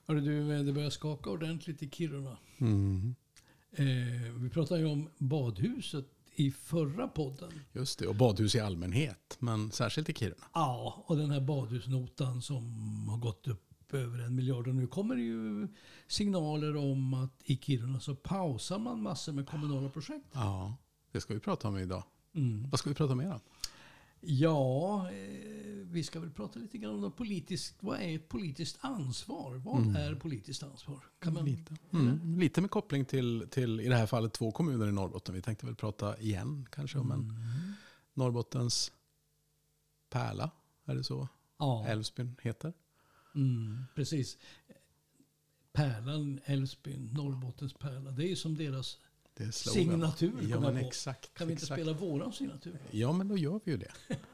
Hörru du, det börjar skaka ordentligt i Kiruna. Mm. Vi pratade ju om badhuset i förra podden. Just det, och badhus i allmänhet, men särskilt i Kiruna. Ja, och den här badhusnotan som har gått upp över 1 miljard. Och nu kommer det ju signaler om att i Kiruna så pausar man massor med kommunala projekt. Ja, det ska vi prata om idag. Mm. Vad ska vi prata mer om? Ja, vi ska väl prata lite grann om vad är ett politiskt ansvar? Vad är politiskt ansvar? Kan man... Lite med koppling till i det här fallet 2 kommuner i Norrbotten. Vi tänkte väl prata igen kanske om en Norrbottens pärla, är det så? Ja. Älvsbyn heter. Precis. Pärlan, Älvsbyn, Norrbottens pärla. Det är ju som deras signatur. Ja, men exakt. Kan vi inte spela våran signatur? Ja, men då gör vi ju det.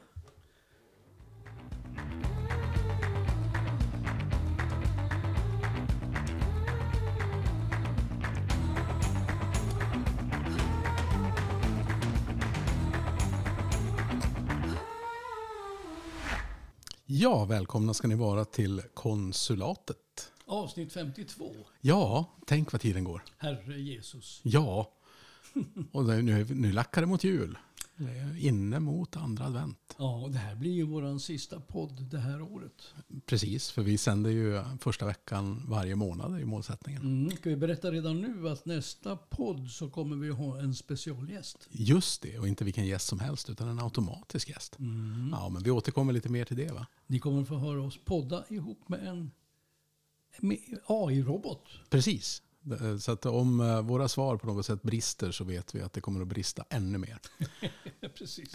Ja, välkomna ska ni vara till konsulatet. Avsnitt 52. Ja, tänk vad tiden går. Herre Jesus. Ja, och nu lackar det mot jul. Inne mot andra advent. Ja, och det här blir ju våran sista podd det här året. Precis, för vi sänder ju första veckan varje månad i målsättningen. Ska vi berätta redan nu att nästa podd så kommer vi ha en specialgäst. Just det, och inte vilken gäst som helst utan en automatisk gäst. Ja, men vi återkommer lite mer till det, va? Ni kommer få höra oss podda ihop med en AI-robot. Precis. Så att om våra svar på något sätt brister så vet vi att det kommer att brista ännu mer. Precis.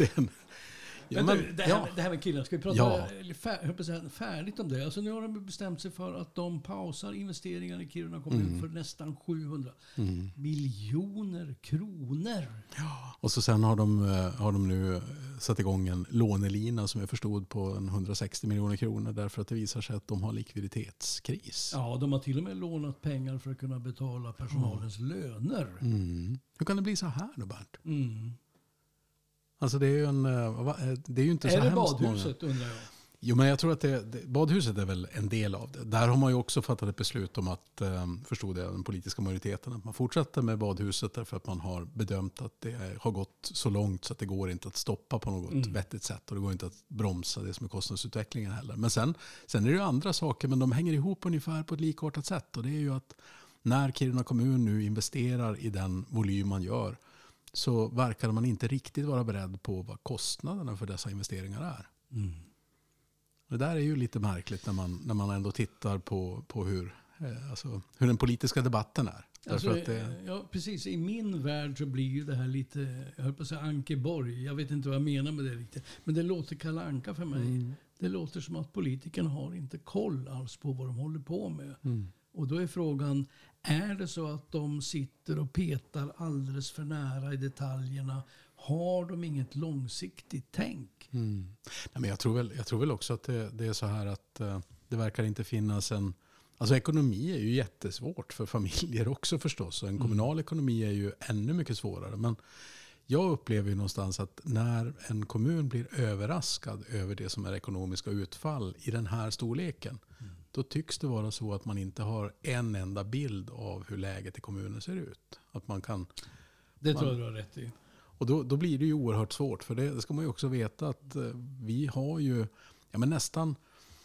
Det här med killar, ska vi prata färdigt om det? Alltså nu har de bestämt sig för att de pausar investeringar i Kiruna kommun för nästan 700 miljoner kronor. Ja, och så sen har de nu satt igång en lånelina som jag förstod på 160 miljoner kronor därför att det visar sig att de har likviditetskris. Ja, de har till och med lånat pengar för att kunna betala personalens löner. Hur kan det bli så här då, Bernt? Alltså det är ju inte så hemskt. Är det badhuset, många. undrar jag? Jo, men jag tror att badhuset är väl en del av det. Där har man ju också fattat ett beslut om att, förstod jag, den politiska majoriteten, att man fortsätter med badhuset därför att man har bedömt att det har gått så långt så att det går inte att stoppa på något vettigt sätt och det går inte att bromsa det som är kostnadsutvecklingen heller. Men sen är det ju andra saker, men de hänger ihop ungefär på ett likartat sätt och det är ju att när Kiruna kommun nu investerar i den volym man gör så verkar man inte riktigt vara beredd på vad kostnaderna för dessa investeringar är. Det där är ju lite märkligt när man ändå tittar på hur den politiska debatten är. Alltså, ja, precis. I min värld så blir ju det här lite, jag höll på att säga Ankeborg. Jag vet inte vad jag menar med det riktigt. Men det låter Kalle Anka för mig. Det låter som att politikerna har inte koll alls på vad de håller på med. Och då är frågan, är det så att de sitter och petar alldeles för nära i detaljerna? Har de inget långsiktigt tänk? Nej, men jag tror väl också att det är så här att det verkar inte finnas alltså ekonomi är ju jättesvårt för familjer också förstås. Och en kommunal ekonomi är ju ännu mycket svårare. Men jag upplever ju någonstans att när en kommun blir överraskad över det som är ekonomiska utfall i den här storleken, då tycks det vara så att man inte har en enda bild av hur läget i kommunen ser ut. Att man kan... Det tror jag du har rätt i. Och då blir det ju oerhört svårt. För det ska man ju också veta att vi har ju nästan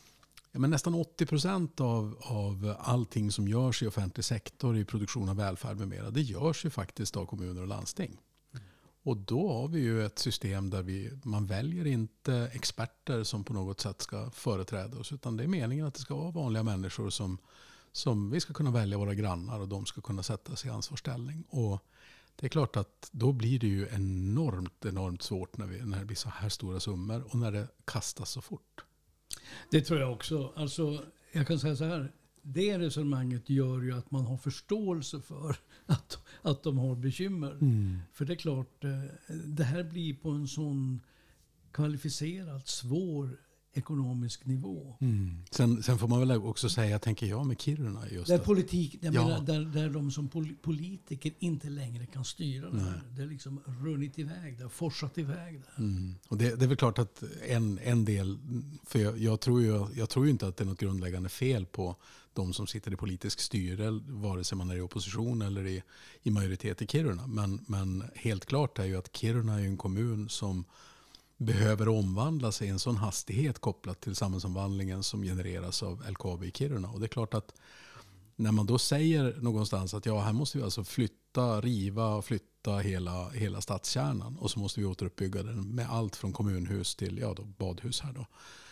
80% av allting som görs i offentlig sektor i produktion av välfärd med mera. Det görs ju faktiskt av kommuner och landsting. Och då har vi ju ett system där man väljer inte experter som på något sätt ska företräda oss. Utan det är meningen att det ska vara vanliga människor som vi ska kunna välja våra grannar och de ska kunna sätta sig i ansvarsställning. Och det är klart att då blir det ju enormt svårt när det blir så här stora summor och när det kastas så fort. Det tror jag också. Alltså, jag kan säga så här. Det resonemanget gör ju att man har förståelse för att de har bekymmer. För det är klart, det här blir på en sån kvalificerat svår ekonomisk nivå. Sen får man väl också säga, tänker jag, med Kiruna just Där politik, menar, där de som politiker inte längre kan styra det här. Det är liksom runnit iväg där, forsat iväg där. Och det är väl klart att en del, för jag tror ju inte att det är något grundläggande fel på de som sitter i politisk styre, vare sig man är i opposition eller i majoritet i Kiruna. Men helt klart är ju att Kiruna är en kommun som behöver omvandla sig i en sån hastighet kopplat till samhällsomvandlingen som genereras av LKAB i Kiruna. Och det är klart att när man då säger någonstans att här måste vi alltså riva och flytta hela stadskärnan, och så måste vi återuppbygga den med allt från kommunhus till badhus här då.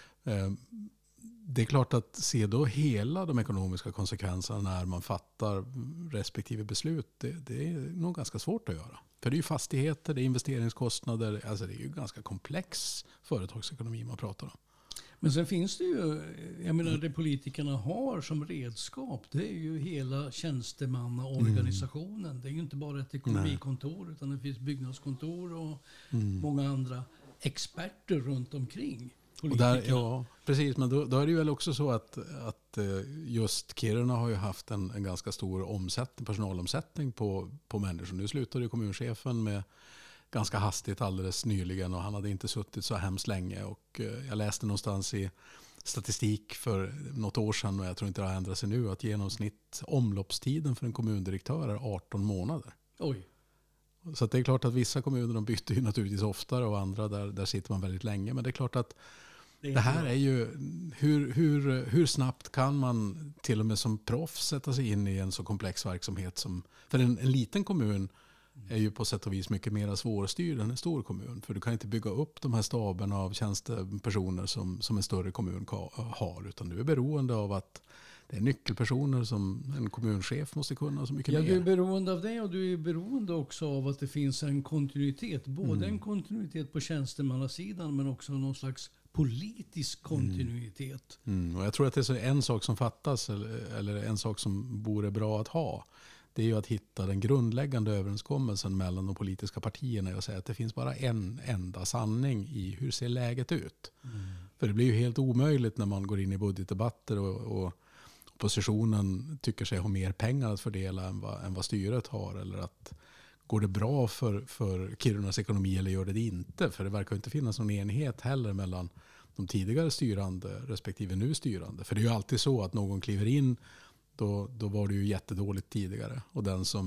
Det är klart att se då hela de ekonomiska konsekvenserna när man fattar respektive beslut, det är nog ganska svårt att göra. För det är ju fastigheter, det är investeringskostnader, alltså det är ju ganska komplex företagsekonomi man pratar om. Men sen finns det ju, jag menar det politikerna har som redskap, det är ju hela tjänstemannaorganisationen. Det är ju inte bara ett ekonomikontor, utan det finns byggnadskontor och många andra experter runt omkring. Och där, precis, men då är det ju väl också så att just Kiruna har ju haft en ganska stor personalomsättning på människor. Nu slutade ju kommunchefen med ganska hastigt alldeles nyligen, och han hade inte suttit så hemskt länge. Och jag läste någonstans i statistik för något år sedan, och jag tror inte det har ändrat sig nu, att genomsnitt omloppstiden för en kommundirektör är 18 månader. Oj. Så att det är klart att vissa kommuner de byter ju naturligtvis oftare, och andra där sitter man väldigt länge. Men det är klart att det här är ju hur snabbt kan man till och med som proffs sätta sig in i en så komplex verksamhet som, för en liten kommun är ju på sätt och vis mycket mer svårstyrd än en stor kommun. För du kan inte bygga upp de här staberna av tjänstepersoner som en större kommun har, utan du är beroende av att det är nyckelpersoner som en kommunchef måste kunna så mycket mer. Du är beroende av det, och du är beroende också av att det finns en kontinuitet. Både en kontinuitet på tjänstemannasidan, men också någon slags politisk kontinuitet. Och jag tror att det är en sak som fattas, eller en sak som vore bra att ha. Det är ju att hitta den grundläggande överenskommelsen mellan de politiska partierna och säga att det finns bara en enda sanning i hur ser läget ut. För det blir ju helt omöjligt när man går in i budgetdebatter och oppositionen tycker sig ha mer pengar att fördela än vad styret har, eller att går det bra för Kirunas ekonomi eller gör det inte? För det verkar inte finnas någon enighet heller mellan de tidigare styrande respektive nu styrande. För det är ju alltid så att någon kliver in, då var det ju jättedåligt tidigare. Och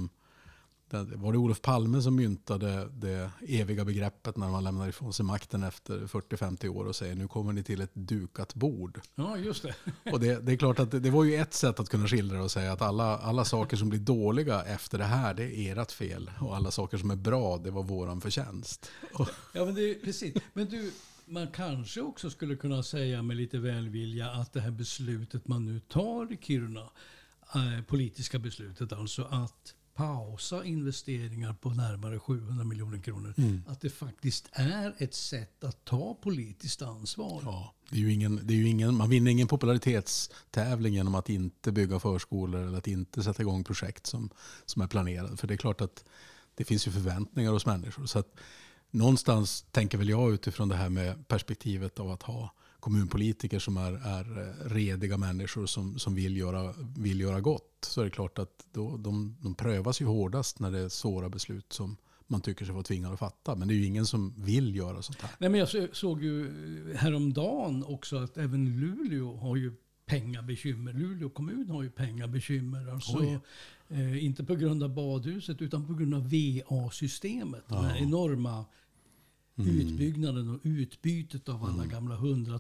var det Olof Palme som myntade det eviga begreppet när man lämnar ifrån sig makten efter 40-50 år och säger nu kommer ni till ett dukat bord. Ja, just det. Och det är klart att det var ju ett sätt att kunna skildra och säga att alla saker som blir dåliga efter det här, det är ert fel. Och alla saker som är bra, det var våran förtjänst. Ja, men det är precis. Men du, man kanske också skulle kunna säga med lite välvilja att det här beslutet man nu tar i Kiruna, politiska beslutet alltså, att pausa investeringar på närmare 700 miljoner kronor. Att det faktiskt är ett sätt att ta politiskt ansvar. Ja, det är ju ingen, man vinner ingen popularitetstävling genom att inte bygga förskolor eller att inte sätta igång projekt som är planerade. För det är klart att det finns ju förväntningar hos människor. Så att någonstans tänker väl jag utifrån det här med perspektivet av att ha kommunpolitiker som är rediga människor som vill göra gott, så är det klart att de prövas ju hårdast när det är svåra beslut som man tycker sig vara tvingad att fatta. Men det är ju ingen som vill göra sånt här. Nej, men jag såg ju häromdagen också att även Luleå har ju pengabekymmer. Luleå kommun har ju pengabekymmer. Alltså, inte på grund av badhuset utan på grund av VA-systemet. Den här enorma utbyggnaden och utbytet av alla gamla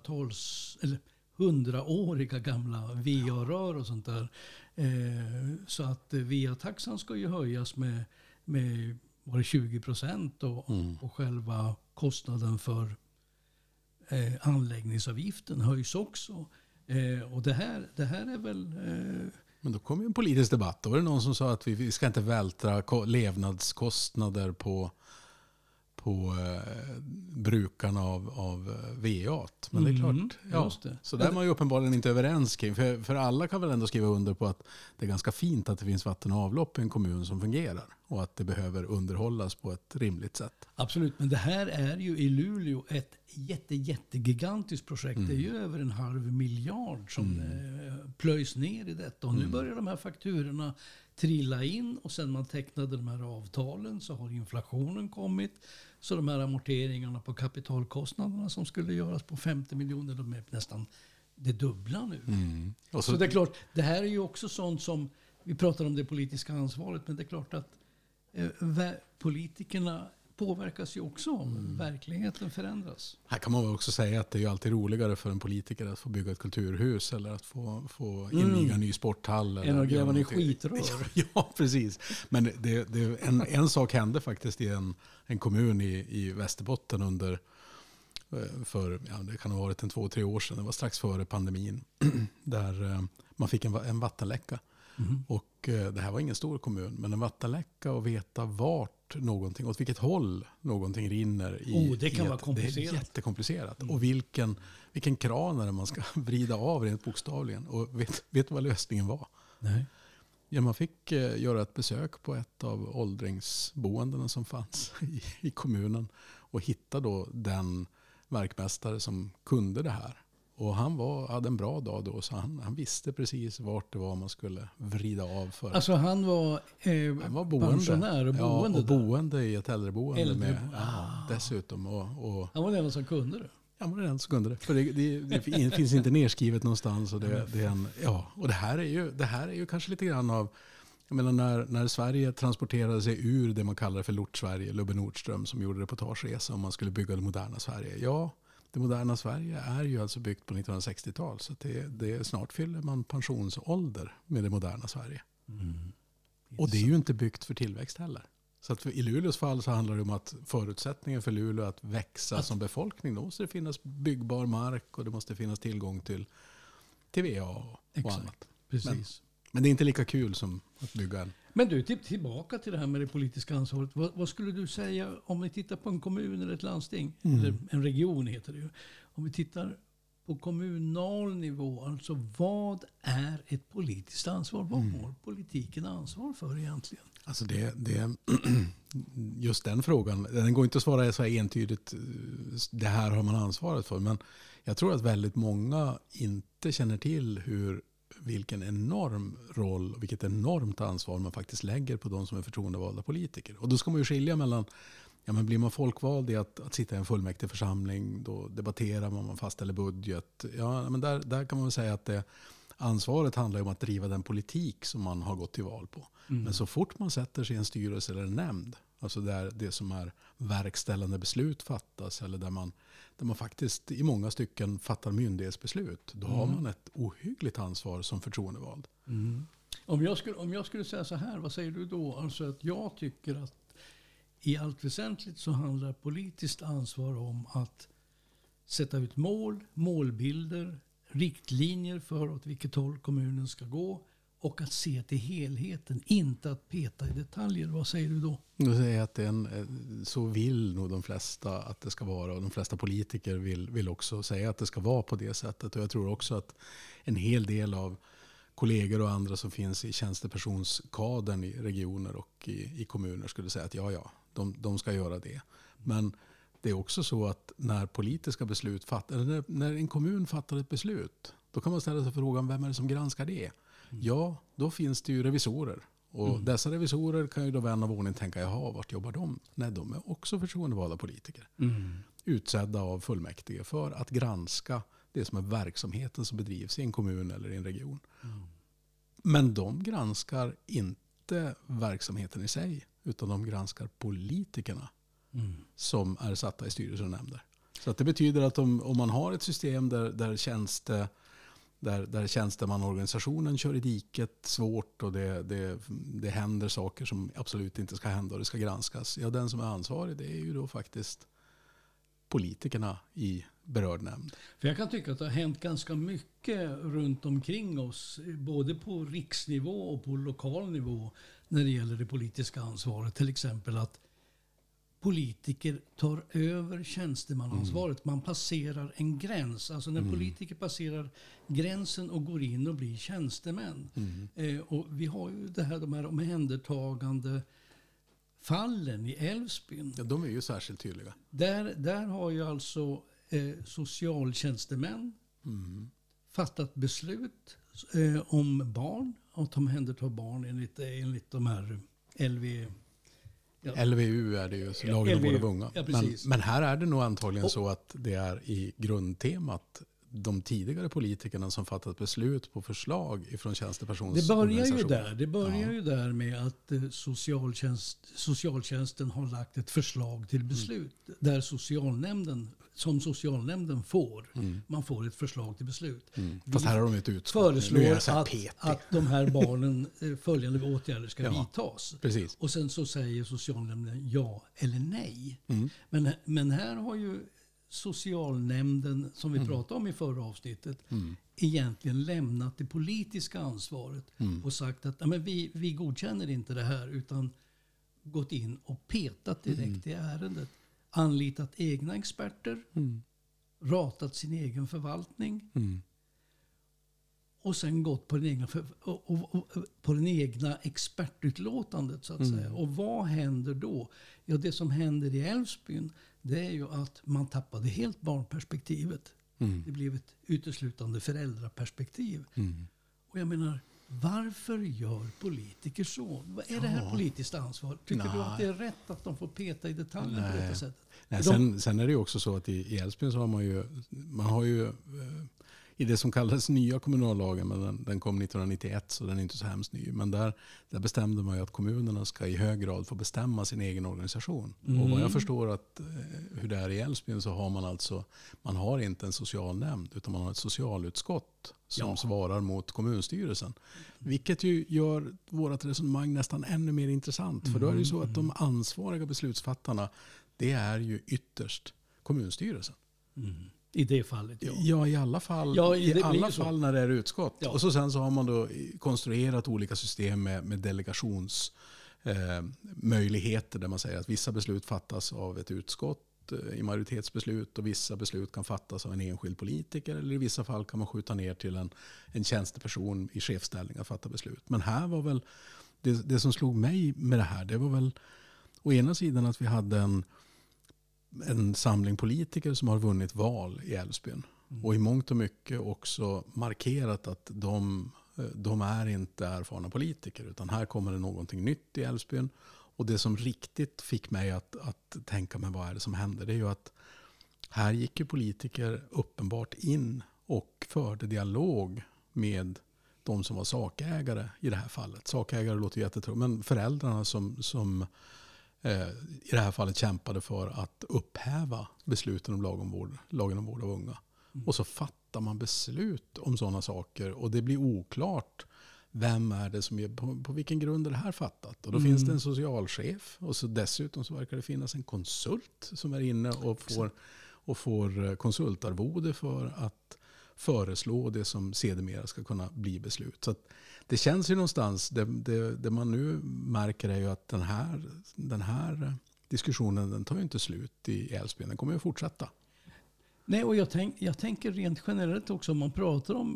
hundraåriga gamla VA-rör och sånt där. Så att VA-taxan ska ju höjas med var det 20% och själva kostnaden för anläggningsavgiften höjs också. Och det här är väl... Men då kom ju en politisk debatt. Då var det någon som sa att vi ska inte vältra levnadskostnader på på brukarna av VA. Men det är klart, just det. Så där är man ju uppenbarligen inte överens kring. För alla kan väl ändå skriva under på att det är ganska fint att det finns vatten och avlopp i en kommun som fungerar. Och att det behöver underhållas på ett rimligt sätt. Absolut, men det här är ju i Luleå ett jättegigantiskt projekt. Det är ju över 1/2 miljard som plöjs ner i detta. Och nu börjar de här fakturorna trilla in, och sen man tecknade de här avtalen så har inflationen kommit. Så de här amorteringarna på kapitalkostnaderna som skulle göras på 50 miljoner, de är nästan det dubbla nu. Så det är klart, det här är ju också sånt som, vi pratar om det politiska ansvaret, men det är klart att politikerna påverkas ju också om verkligheten förändras. Här kan man också säga att det är ju alltid roligare för en politiker att få bygga ett kulturhus eller att få inviga en ny sporthall. Än att gräva ner skitrör. Ja, precis. Men en sak hände faktiskt i en kommun i Västerbotten under, det kan ha varit 2-3 år sedan, det var strax före pandemin, där man fick en vattenläcka. Och det här var ingen stor kommun, men en vattenläcka och veta vart någonting, åt vilket håll någonting rinner i. Det kan vara komplicerat. Det är jättekomplicerat. Och vilken kran man ska vrida av rent bokstavligen. Och vet du vad lösningen var? Nej. Ja, man fick göra ett besök på ett av åldringsboendena som fanns i kommunen och hitta då den verkmästare som kunde det här. Och han hade en bra dag då, så han visste precis vart det var man skulle vrida av för. Alltså han var pensionär och boende. Och boende i ett äldreboende. Dessutom. Och han var den enda som kunde det. Han var den enda som kunde det. För det finns inte nedskrivet någonstans. Och och det här är ju kanske lite grann av, jag menar när Sverige transporterade sig ur det man kallar för Lort-Sverige, Lubbe Nordström som gjorde reportageresa om man skulle bygga det moderna Sverige. Ja, det moderna Sverige är ju alltså byggt på 1960-tal, så det snart fyller man pensionsålder med det moderna Sverige. Och det är ju inte byggt för tillväxt heller. Så att i Luleås fall så handlar det om att förutsättningen för Luleå att växa som befolkning, då måste det finnas byggbar mark och det måste finnas tillgång till VA och annat. Precis. Men det är inte lika kul som att bygga en. Men du, tillbaka till det här med det politiska ansvaret. Vad skulle du säga om vi tittar på en kommun eller ett landsting? Eller en region heter det ju. Om vi tittar på kommunal nivå, alltså vad är ett politiskt ansvar? Vad har politiken ansvar för egentligen? Alltså just den frågan, den går inte att svara så här entydigt, det här har man ansvaret för. Men jag tror att väldigt många inte känner till vilken enorm roll och vilket enormt ansvar man faktiskt lägger på de som är förtroendevalda politiker. Och då ska man ju skilja mellan, blir man folkvald i att sitta i en fullmäktigeförsamling, då debatterar man fastställer budget. Ja, men där kan man väl säga att ansvaret handlar om att driva den politik som man har gått till val på. Men så fort man sätter sig i en styrelse eller en nämnd, alltså där det som är verkställande beslut fattas eller där man faktiskt i många stycken fattar myndighetsbeslut, då har man ett ohyggligt ansvar som förtroendevald. Om jag skulle säga så här, vad säger du då? Alltså att jag tycker att i allt väsentligt så handlar politiskt ansvar om att sätta ut målbilder, riktlinjer för åt vilket håll kommunen ska gå och att se till helheten, inte att peta i detaljer. Vad säger du då? Jag säger att så vill nog de flesta att det ska vara, och de flesta politiker vill också säga att det ska vara på det sättet. Och jag tror också att en hel del av kollegor och andra som finns i tjänstepersonskadern i regioner och i kommuner skulle säga att de ska göra det. Men det är också så att när politiska beslut när en kommun fattar ett beslut, då kan man ställa sig frågan, vem är det som granskar det? Ja, då finns det ju revisorer. Och dessa revisorer kan ju då vän av ordning tänka, vart jobbar de? Nej, de är också förtroendevalda politiker. Utsedda av fullmäktige för att granska det som är verksamheten som bedrivs i en kommun eller i en region. Men de granskar inte verksamheten i sig, utan de granskar politikerna som är satta i styrelser och nämnder. Så att det betyder att om man har ett system där tjänstemannaorganisationen kör i diket svårt och det händer saker som absolut inte ska hända och det ska granskas. Ja, den som är ansvarig, det är ju då faktiskt politikerna i berörd nämnd. För jag kan tycka att det har hänt ganska mycket runt omkring oss, både på riksnivå och på lokal nivå när det gäller det politiska ansvaret. Till exempel att politiker tar över tjänstemannaansvaret. Man passerar en gräns. Alltså när politiker passerar gränsen och går in och blir tjänstemän. Och vi har ju de här omhändertagande fallen i Älvsbyn. Ja, de är ju särskilt tydliga. Där har ju alltså socialtjänstemän fattat beslut om barn. Att omhänderta barn enligt de här LVU är det ju, lagen om vård av unga. Ja, men här är det nog antagligen så att det är i grundtemat de tidigare politikerna som fattat beslut på förslag ifrån tjänstepersons organisation. Det börjar ju där med att socialtjänsten har lagt ett förslag till beslut. Där socialnämnden får. Man får ett förslag till beslut. Fast här har de ett utskott. Föreslår att de här barnen följande åtgärder ska vidtas. Precis. Och sen så säger socialnämnden ja eller nej. Men här har ju socialnämnden, som vi pratade om i förra avsnittet, egentligen lämnat det politiska ansvaret och sagt att vi godkänner inte det här, utan gått in och petat direkt i ärendet. Anlitat egna experter, ratat sin egen förvaltning och sen gått på den egna expertutlåtandet så att säga. Och vad händer då? Ja, det som händer i Älvsbyn, det är ju att man tappade helt barnperspektivet. Det blev ett uteslutande föräldraperspektiv. Och jag menar, varför gör politiker så? Vad är det här politiskt ansvar? Tycker du att det är rätt att de får peta i detaljer på detta sättet? Nej, sen är det ju också så att i Älvsbyn så har man har ju i det som kallades nya kommunallagen, men den kom 1991 så den är inte så hemskt ny. Men där bestämde man ju att kommunerna ska i hög grad få bestämma sin egen organisation. Och vad jag förstår hur det är i Älvsbyn så har man har inte en socialnämnd utan man har ett socialutskott som svarar mot kommunstyrelsen. Vilket ju gör vårt resonemang nästan ännu mer intressant. För då är det ju så att de ansvariga beslutsfattarna, det är ju ytterst kommunstyrelsen. I det fallet, ja. Ja, i alla fall, när det är utskott. Ja. Och sen så har man då konstruerat olika system med delegationsmöjligheter där man säger att vissa beslut fattas av ett utskott i majoritetsbeslut och vissa beslut kan fattas av en enskild politiker, eller i vissa fall kan man skjuta ner till en tjänsteperson i chefsställning att fatta beslut. Men här var väl det som slog mig med det här, det var väl å ena sidan att vi hade en samling politiker som har vunnit val i Älvsbyn. Och i mångt och mycket också markerat att de är inte erfarna politiker, utan här kommer det någonting nytt i Älvsbyn. Och det som riktigt fick mig att tänka mig vad är det som händer, det är ju att här gick ju politiker uppenbart in och förde dialog med de som var sakägare i det här fallet. Sakägare låter jättetråkigt, men föräldrarna som i det här fallet kämpade för att upphäva besluten om lagen om vård av unga. Och så fattar man beslut om sådana saker och det blir oklart vem är det som är på vilken grund är det här fattat. Och då finns det en socialchef och så dessutom så verkar det finnas en konsult som är inne och får konsultarvode för att föreslå det som sedermera ska kunna bli beslut. Så att det känns ju någonstans, det man nu märker är ju att den här diskussionen den tar ju inte slut i Älvsbyn, den kommer ju att fortsätta. Nej, och jag tänker rent generellt också om man pratar om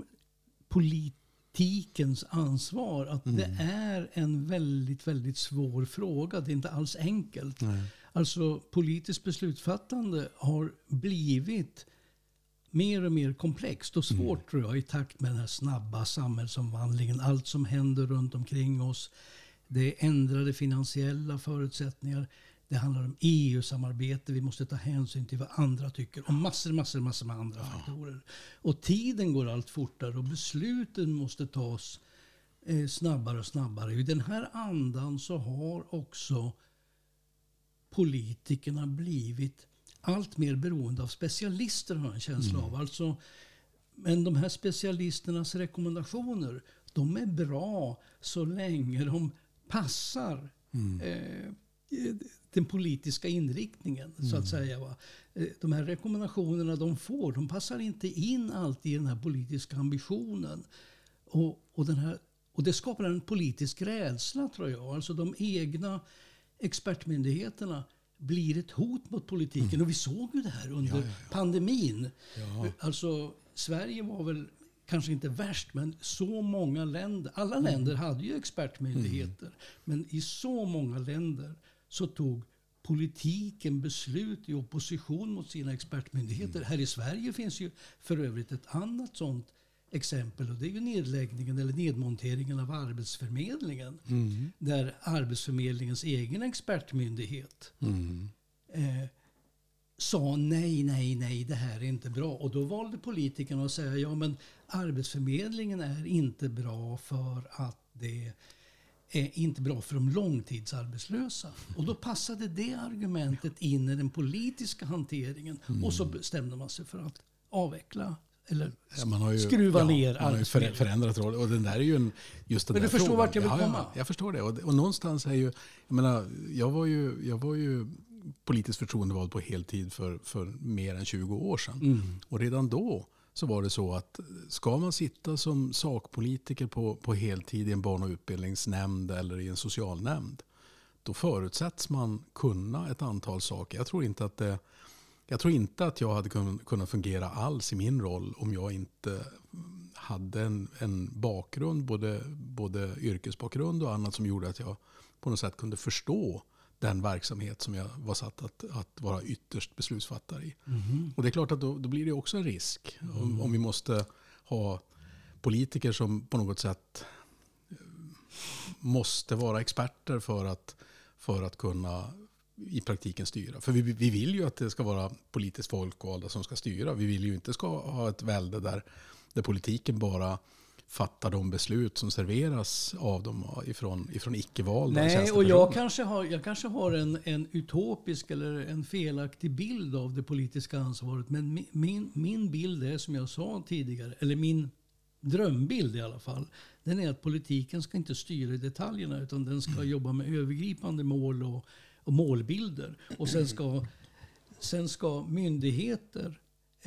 politikens ansvar, att det är en väldigt, väldigt svår fråga. Det är inte alls enkelt. Nej. Alltså politiskt beslutsfattande har blivit mer och mer komplext och svårt tror jag i takt med den här snabba samhällsomvandlingen. Allt som händer runt omkring oss. Det är ändrade finansiella förutsättningar. Det handlar om EU-samarbete. Vi måste ta hänsyn till vad andra tycker. Och massor med andra faktorer. Och tiden går allt fortare och besluten måste tas snabbare och snabbare. I den här andan så har också politikerna blivit allt mer beroende av specialister, har jag en känsla av. Alltså, men de här specialisternas rekommendationer, de är bra så länge de passar den politiska inriktningen, så att säga. Va? De här rekommendationerna de passar inte in alltid i den här politiska ambitionen. Och det skapar en politisk rädsla, tror jag. Alltså de egna expertmyndigheterna blir ett hot mot politiken. Och vi såg ju det här under pandemin. Ja. Alltså, Sverige var väl kanske inte värst, men så många länder, alla länder hade ju expertmyndigheter, men i så många länder så tog politiken beslut i opposition mot sina expertmyndigheter. Här i Sverige finns ju för övrigt ett annat sånt exempel, och det är ju nedläggningen eller nedmonteringen av Arbetsförmedlingen. Där Arbetsförmedlingens egen expertmyndighet sa nej, det här är inte bra. Och då valde politikerna att säga, ja men Arbetsförmedlingen är inte bra för att det är inte bra för de långtidsarbetslösa. Och då passade det argumentet in i den politiska hanteringen. Och så bestämde man sig för att avveckla eller skruva ner man har ju förändrat roll. Och den där är ju just den men där du förstår frågan. vart jag vill komma? Ja, jag förstår det. Och någonstans är ju, jag var ju politiskt förtroendevald på heltid för mer än 20 år sedan. Och redan då så var det så att ska man sitta som sakpolitiker på heltid i en barn- och utbildningsnämnd eller i en socialnämnd, då förutsätts man kunna ett antal saker. Jag tror inte att jag hade kunnat fungera alls i min roll om jag inte hade en bakgrund, både yrkesbakgrund och annat, som gjorde att jag på något sätt kunde förstå den verksamhet som jag var satt att vara ytterst beslutsfattare i. Och det är klart att då blir det också en risk om vi måste ha politiker som på något sätt måste vara experter för att kunna i praktiken styra. För vi vill ju att det ska vara politiskt folkvalda som ska styra. Vi vill ju inte ha ett välde där politiken bara fattar de beslut som serveras av dem ifrån icke-valda tjänstepersoner. Och jag kanske har en utopisk eller en felaktig bild av det politiska ansvaret. Men min bild är, som jag sa tidigare, eller min drömbild i alla fall, den är att politiken ska inte styra i detaljerna, utan den ska jobba med övergripande mål och målbilder. Och sen ska myndigheter,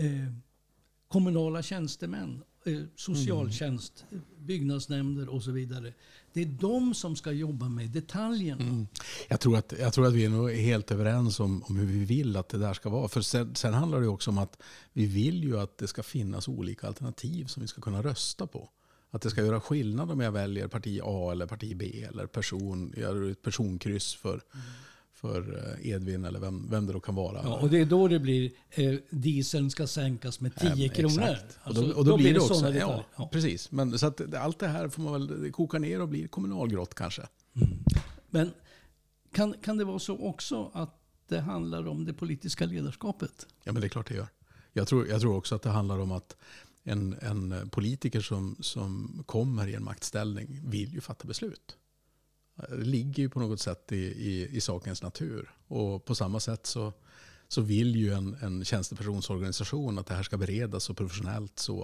kommunala tjänstemän, socialtjänst, byggnadsnämnder och så vidare. Det är de som ska jobba med detaljerna. Jag tror att vi är nog helt överens om hur vi vill att det där ska vara. För sen handlar det också om att vi vill ju att det ska finnas olika alternativ som vi ska kunna rösta på. Att det ska göra skillnad om jag väljer parti A eller parti B eller gör ett personkryss för Edvin eller vem det då kan vara. Ja, och det är då det blir dieseln ska sänkas med 10 kronor. Exakt. Alltså, och då blir det också sådana detaljer. Ja, precis. Men så att allt det här får man väl koka ner och bli kommunalgrott kanske. Men kan det vara så också att det handlar om det politiska ledarskapet? Ja, men det är klart det gör. Jag tror också att det handlar om att en politiker som kommer i en maktställning vill ju fatta beslut. Det ligger ju på något sätt i sakens natur. Och på samma sätt så vill ju en tjänstepersonsorganisation att det här ska beredas så professionellt så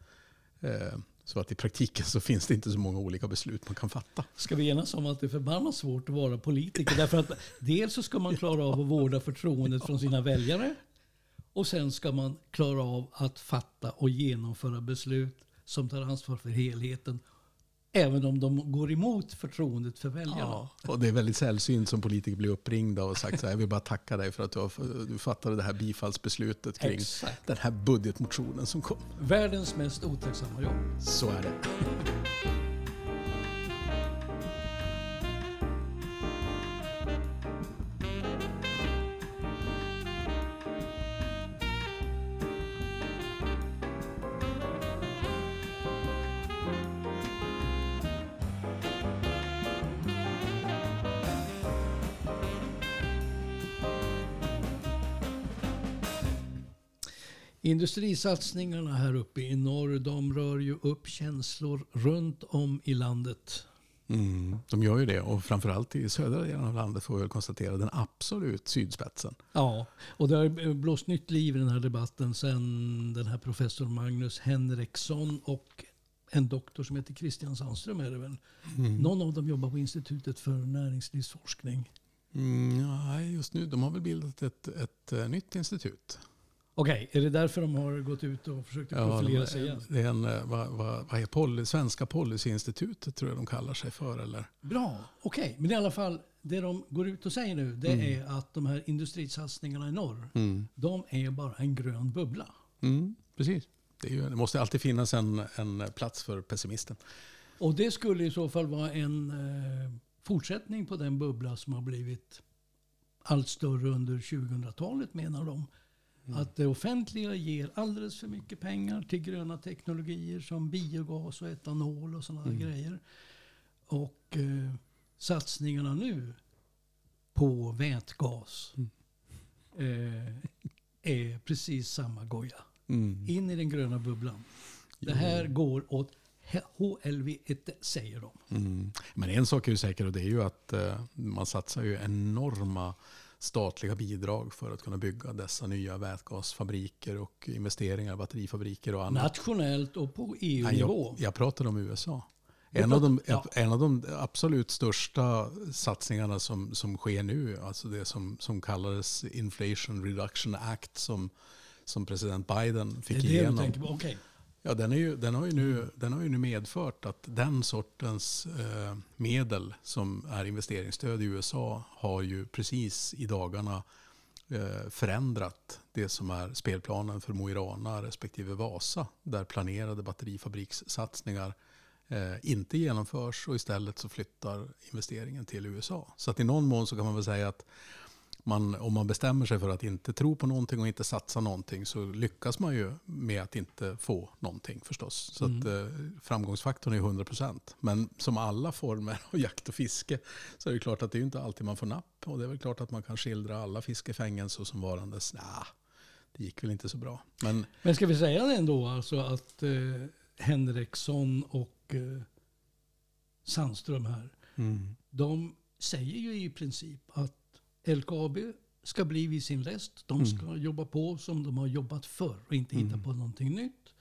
att i praktiken så finns det inte så många olika beslut man kan fatta. Ska vi enas om att det är förbannat svårt att vara politiker? Därför att dels så ska man klara av att vårda förtroendet från sina väljare, och sen ska man klara av att fatta och genomföra beslut som tar ansvar för helheten, även om de går emot förtroendet för väljarna. Ja, och det är väldigt sällsynt som politiker blir uppringda och sagt så här: jag vill bara tacka dig för att du fattade det här bifallsbeslutet kring den här budgetmotionen som kom. Världens mest otacksamma jobb. Så är det. Industrisatsningarna här uppe i norr, de rör ju upp känslor runt om i landet. De gör ju det, och framförallt i södra delen av landet får vi väl konstatera den absolut sydspetsen. Ja, och det har blåst nytt liv i den här debatten sedan den här professor Magnus Henriksson och en doktor som heter Christian Sandström är det väl. Någon av dem jobbar på Institutet för näringslivsforskning. Ja, just nu, de har väl bildat ett nytt institut. Okej, är det därför de har gått ut och försökt profilera sig igen? Det är vad är Svenska Policyinstitutet tror jag de kallar sig för. Eller? Bra, okej. Men i alla fall, det de går ut och säger nu, det är att de här industrisatsningarna i norr, de är bara en grön bubbla. Precis. Det måste alltid finnas en plats för pessimisten. Och det skulle i så fall vara en fortsättning på den bubbla som har blivit allt större under 2000-talet, menar de. Att det offentliga ger alldeles för mycket pengar till gröna teknologier som biogas och etanol och sådana grejer. Och satsningarna nu på vätgas är precis samma goja. In i den gröna bubblan. Det här går åt HLV1, säger de. Men en sak är ju säker, och det är ju att man satsar ju enorma statliga bidrag för att kunna bygga dessa nya vätgasfabriker och investeringar i batterifabriker och annat. Nationellt och på EU-nivå. Jag pratar om USA. En av de absolut största satsningarna som sker nu, alltså det som kallades Inflation Reduction Act som president Biden fick igenom. Det är det du tänker på, okej. Ja, den har ju nu medfört att den sortens medel som är investeringsstöd i USA har ju precis i dagarna förändrat det som är spelplanen för Mo i Rana respektive Vasa, där planerade batterifabrikssatsningar inte genomförs och istället så flyttar investeringen till USA. Så att i någon mån så kan man väl säga att om man bestämmer sig för att inte tro på någonting och inte satsa någonting, så lyckas man ju med att inte få någonting förstås. Så att framgångsfaktorn är 100%. Men som alla former av jakt och fiske så är det klart att det är inte alltid man får napp. Och det är väl klart att man kan skildra alla fiskefängelser som varandes, det gick väl inte så bra. Men ska vi säga det ändå, alltså att Henriksson och Sandström här, de säger ju i princip att LKAB ska bli vid sin läst. De ska jobba på som de har jobbat förr och inte hitta på någonting nytt.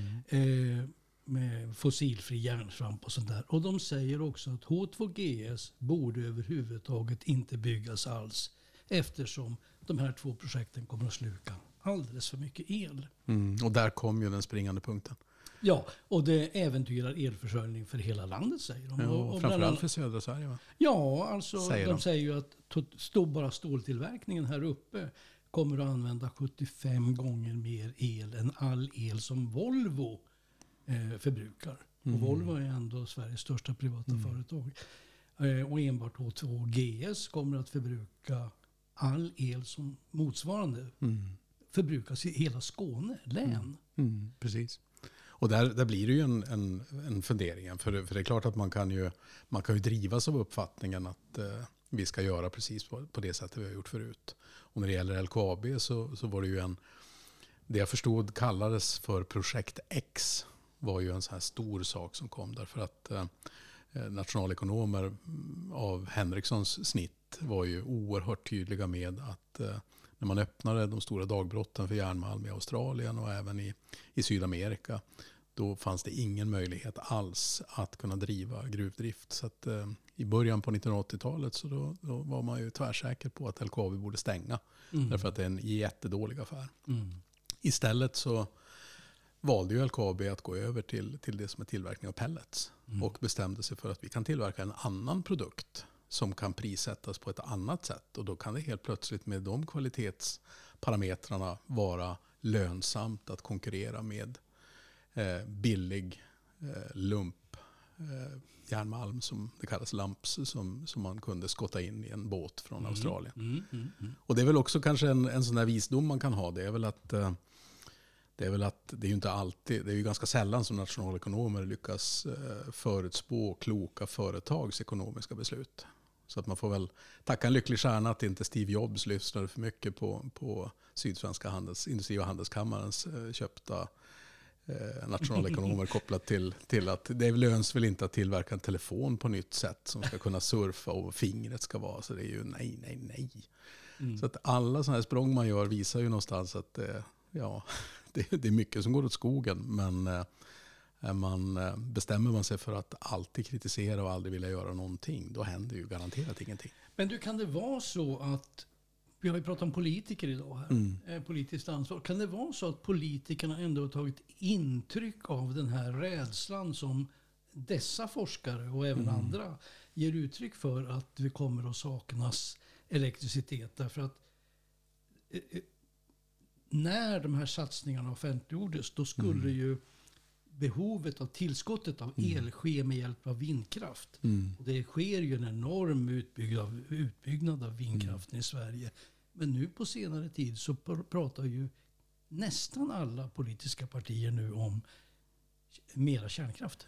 Med fossilfri järnsvamp och sånt där. Och de säger också att H2GS borde överhuvudtaget inte byggas alls, eftersom de här 2 projekten kommer att sluka alldeles för mycket el. Och där kom ju den springande punkten. Ja, och det äventyrar elförsörjning för hela landet, säger de. Ja, och framförallt för södra Sverige, va? Ja, alltså de säger ju att bara ståltillverkningen här uppe kommer att använda 75 gånger mer el än all el som Volvo förbrukar. Och Volvo är ändå Sveriges största privata företag. Och enbart H2GS kommer att förbruka all el som motsvarande förbrukas i hela Skåne län. Precis. Och där blir det ju en fundering. För det är klart att man kan ju drivas av uppfattningen att vi ska göra precis på det sättet vi har gjort förut. Och när det gäller LKAB så var det ju det jag förstod kallades för projekt X, var ju en så här stor sak som kom. Därför att nationalekonomer av Henrikssons snitt var ju oerhört tydliga med att när man öppnade de stora dagbrotten för järnmalm i Australien och även i Sydamerika, då fanns det ingen möjlighet alls att kunna driva gruvdrift. Så att i början på 1980-talet så då var man ju tvärsäker på att LKAB borde stänga. Därför att det är en jättedålig affär. Istället så valde ju LKAB att gå över till det som är tillverkning av pellets. Och bestämde sig för att vi kan tillverka en annan produkt som kan prissättas på ett annat sätt. Och då kan det helt plötsligt med de kvalitetsparametrarna vara lönsamt att konkurrera med billig lump järnmalm, som det kallas lamps, som man kunde skotta in i en båt från Australien. Och det är väl också kanske en sån där visdom man kan ha. Det är väl att det är ju inte alltid, det är ju ganska sällan som nationalekonomer lyckas förutspå kloka företags ekonomiska beslut. Så att man får väl tacka en lycklig stjärna att inte Steve Jobs lyssnade för mycket på Sydsvenska industri- och handelskammarens köpta nationalekonomer kopplat till att det löns väl inte att tillverka en telefon på nytt sätt som ska kunna surfa och fingret ska vara. Så det är ju nej. Så att alla sådana här språng man gör visar ju någonstans att det är mycket som går åt skogen, men bestämmer man sig för att alltid kritisera och aldrig vilja göra någonting, då händer ju garanterat ingenting. Men du, kan det vara så att, vi har ju pratat om politiker idag här, politiskt ansvar. Kan det vara så att politikerna ändå har tagit intryck av den här rädslan som dessa forskare och även andra ger uttryck för att vi kommer att saknas elektricitet. Därför att när de här satsningarna offentliggjordes, då skulle ju behovet av tillskottet av el ske med hjälp av vindkraft. Och det sker ju en enorm utbyggnad av vindkraften i Sverige. Men nu på senare tid så pratar ju nästan alla politiska partier nu om mera kärnkraft.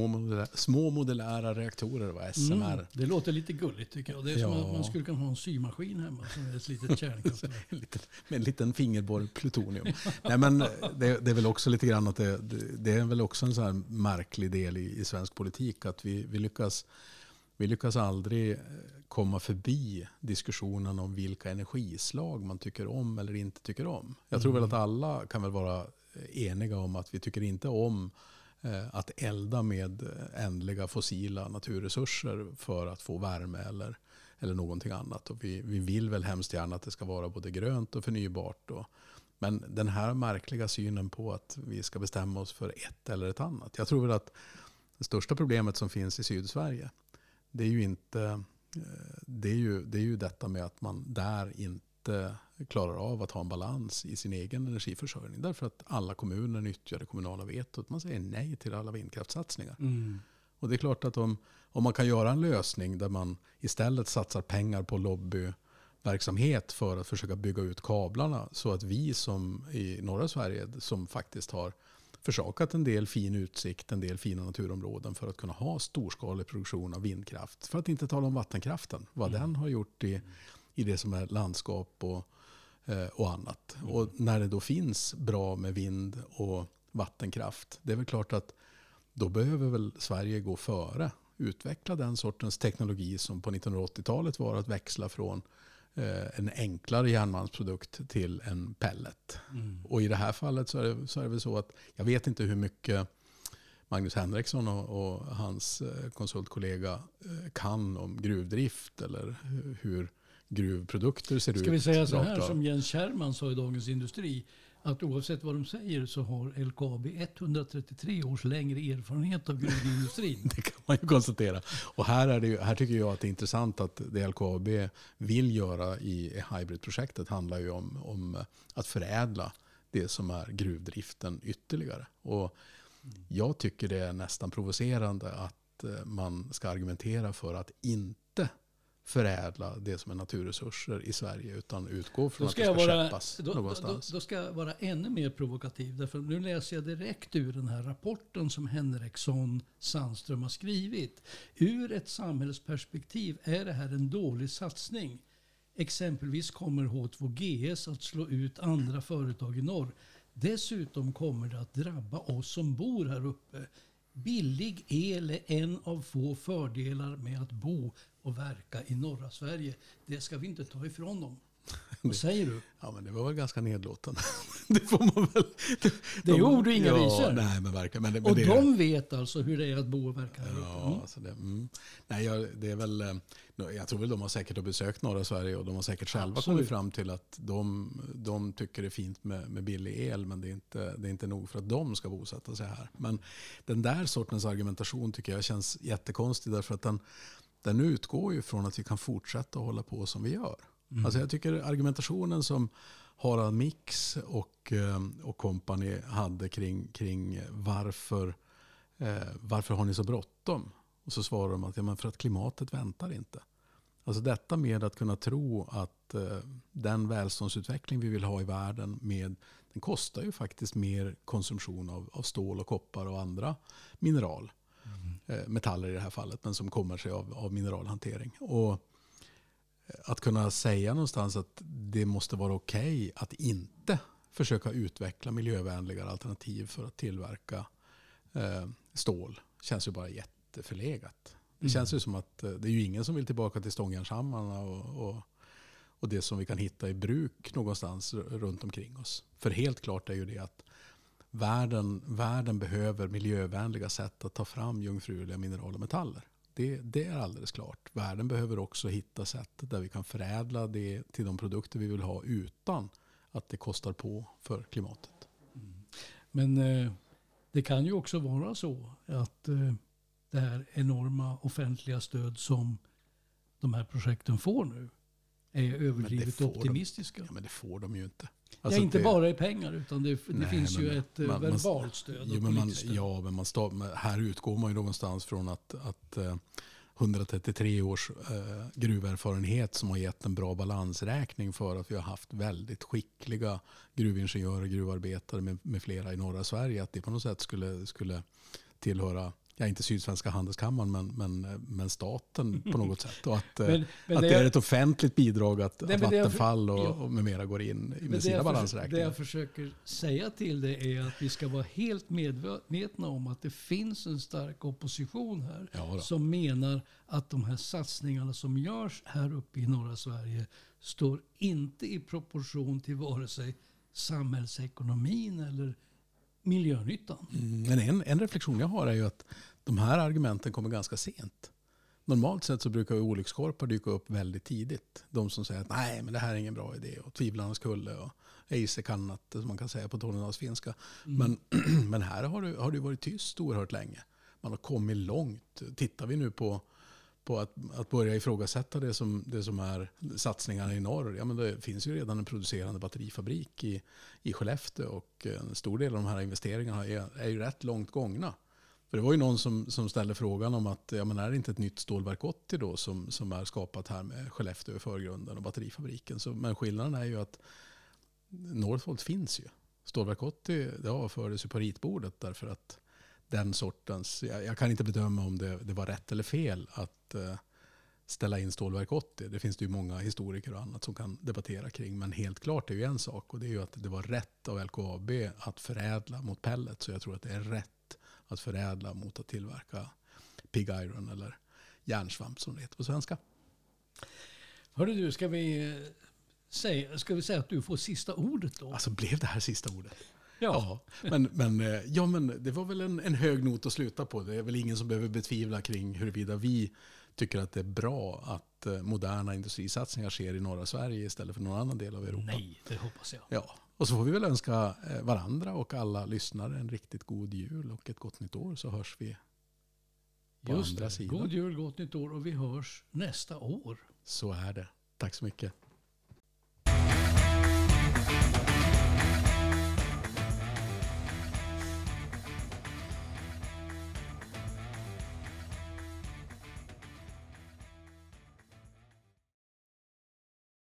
Små modulära reaktorer, var SMR. Det låter lite gulligt tycker jag. Det är som att man skulle kunna ha en symaskin hemma som är ett litet kärnkraftverk. Med en liten fingerborr plutonium. Nej, men det är väl också lite grann att det är väl också en sån här märklig del i svensk politik att vi lyckas aldrig komma förbi diskussionen om vilka energislag man tycker om eller inte tycker om. Jag tror väl att alla kan väl vara eniga om att vi tycker inte om att elda med ändliga fossila naturresurser för att få värme eller någonting annat. Och vi vill väl hemskt gärna att det ska vara både grönt och förnybart. Men den här märkliga synen på att vi ska bestämma oss för ett eller ett annat. Jag tror väl att det största problemet som finns i Sydsverige, det är ju inte det är ju detta med att man där inte klarar av att ha en balans i sin egen energiförsörjning. Därför att alla kommuner nyttjar det kommunala vetot. Man säger nej till alla vindkraftssatsningar. Och det är klart att om man kan göra en lösning där man istället satsar pengar på lobbyverksamhet för att försöka bygga ut kablarna så att vi som i norra Sverige som faktiskt har försakat en del fin utsikt, en del fina naturområden för att kunna ha storskalig produktion av vindkraft. För att inte tala om vattenkraften. Vad den har gjort i det som är landskap och annat. Och när det då finns bra med vind och vattenkraft, det är väl klart att då behöver väl Sverige gå före. Utveckla den sortens teknologi som på 1980-talet var att växla från en enklare järnmalmsprodukt till en pellet. Och i det här fallet så är det väl så att jag vet inte hur mycket Magnus Henriksson och hans konsultkollega kan om gruvdrift eller hur gruvprodukter ser ut. Ska vi säga så här som Jens Kärrman sa i Dagens Industri, att oavsett vad de säger så har LKAB 133 års längre erfarenhet av gruvindustrin. Det kan man ju konstatera. Och här tycker jag att det är intressant att det LKAB vill göra i Hybrid-projektet handlar ju om att förädla det som är gruvdriften ytterligare. Och jag tycker det är nästan provocerande att man ska argumentera för att inte förädla det som är naturresurser i Sverige utan utgå från att det ska köpas någonstans. Då ska jag vara ännu mer provokativ. Därför nu läser jag direkt ur den här rapporten som Henriksson Sandström har skrivit. Ur ett samhällsperspektiv är det här en dålig satsning. Exempelvis kommer H2GS att slå ut andra företag i norr. Dessutom kommer det att drabba oss som bor här uppe. Billig el är en av få fördelar med att bo och verka i norra Sverige. Det ska vi inte ta ifrån dem. Vad säger du? Ja, men det var väl ganska nedlåtande. Det får man väl. Det är ord och inga visor. Nej, men verkligen. Och de vet alltså hur det är att bo och verka här uppe. Ja, alltså nej, det är väl. Jag tror väl de har säkert besökt norra Sverige och de har säkert själva kommit fram till att de tycker det är fint med billig el, men det är inte nog för att de ska bosätta sig här. Men den där sortens argumentation tycker jag känns jättekonstig därför att den utgår ju från att vi kan fortsätta att hålla på som vi gör. Alltså jag tycker argumentationen som Harald Mix och kompani hade kring varför har ni så bråttom? Och så svarar de att men för att klimatet väntar inte. Alltså detta med att kunna tro att den välståndsutveckling vi vill ha i världen den kostar ju faktiskt mer konsumtion av stål och koppar och andra mineral. Metaller i det här fallet, men som kommer sig av mineralhantering. Och att kunna säga någonstans att det måste vara okej att inte försöka utveckla miljövänligare alternativ för att tillverka stål känns ju bara jätteförlegat. Det känns ju som att det är ju ingen som vill tillbaka till stångjärnshammarna och det som vi kan hitta i bruk någonstans runt omkring oss. För helt klart är ju det att världen behöver miljövänliga sätt att ta fram jungfruliga mineral och metaller. Det är alldeles klart. Världen behöver också hitta sätt där vi kan förädla det till de produkter vi vill ha utan att det kostar på för klimatet. Men det kan ju också vara så att det här enorma offentliga stöd som de här projekten får nu är överdrivet optimistiska. Ja, men det får de ju inte. Alltså inte bara i pengar, utan det finns ju ett verbalt stöd. Men här utgår man ju någonstans från att 133 års gruverfarenhet som har gett en bra balansräkning för att vi har haft väldigt skickliga gruvingenjörer, gruvarbetare med flera i norra Sverige. Att det på något sätt skulle tillhöra, inte Sydsvenska handelskammaren, men staten på något sätt. Och att det är ett offentligt bidrag att Vattenfall och med mera går in med sina balansräkningar. Det jag försöker säga till det är att vi ska vara helt medvetna om att det finns en stark opposition här som menar att de här satsningarna som görs här uppe i norra Sverige står inte i proportion till vare sig samhällsekonomin eller miljönyttan. Men en reflektion jag har är ju att de här argumenten kommer ganska sent. Normalt sett så brukar olyckskorpar dyka upp väldigt tidigt. De som säger att nej, men det här är ingen bra idé och tvivlarnas kulle och ejse kannat, som man kan säga på tornedalsfinska. Men här har det varit tyst oerhört länge. Man har kommit långt. Tittar vi nu på att börja ifrågasätta det som är satsningarna i norr. Ja, men det finns ju redan en producerande batterifabrik i Skellefteå och en stor del av de här investeringarna är ju rätt långt gångna. För det var ju någon som ställde frågan om att men är det inte ett nytt stålverk 80 då som är skapat här med Skellefteå i förgrunden och batterifabriken. Men skillnaden är ju att Northvolt finns ju. Stålverk 80 det avfördes ju på ritbordet därför att den sortens, jag kan inte bedöma om det var rätt eller fel att ställa in stålverk 80. Det finns det ju många historiker och annat som kan debattera kring. Men helt klart är ju en sak och det är ju att det var rätt av LKAB att förädla mot pellet. Så jag tror att det är rätt att förädla mot att tillverka pig iron eller järnsvamp som det heter på svenska. Hörru du, ska vi säga att du får sista ordet då? Alltså blev det här sista ordet? Ja. Men det var väl en hög not att sluta på. Det är väl ingen som behöver betvivla kring huruvida vi tycker att det är bra att moderna industrisatsningar sker i norra Sverige istället för någon annan del av Europa. Nej, det hoppas jag. Ja, och så får vi väl önska varandra och alla lyssnare en riktigt god jul och ett gott nytt år, så hörs vi på andra sidan. God jul, gott nytt år och vi hörs nästa år. Så är det. Tack så mycket.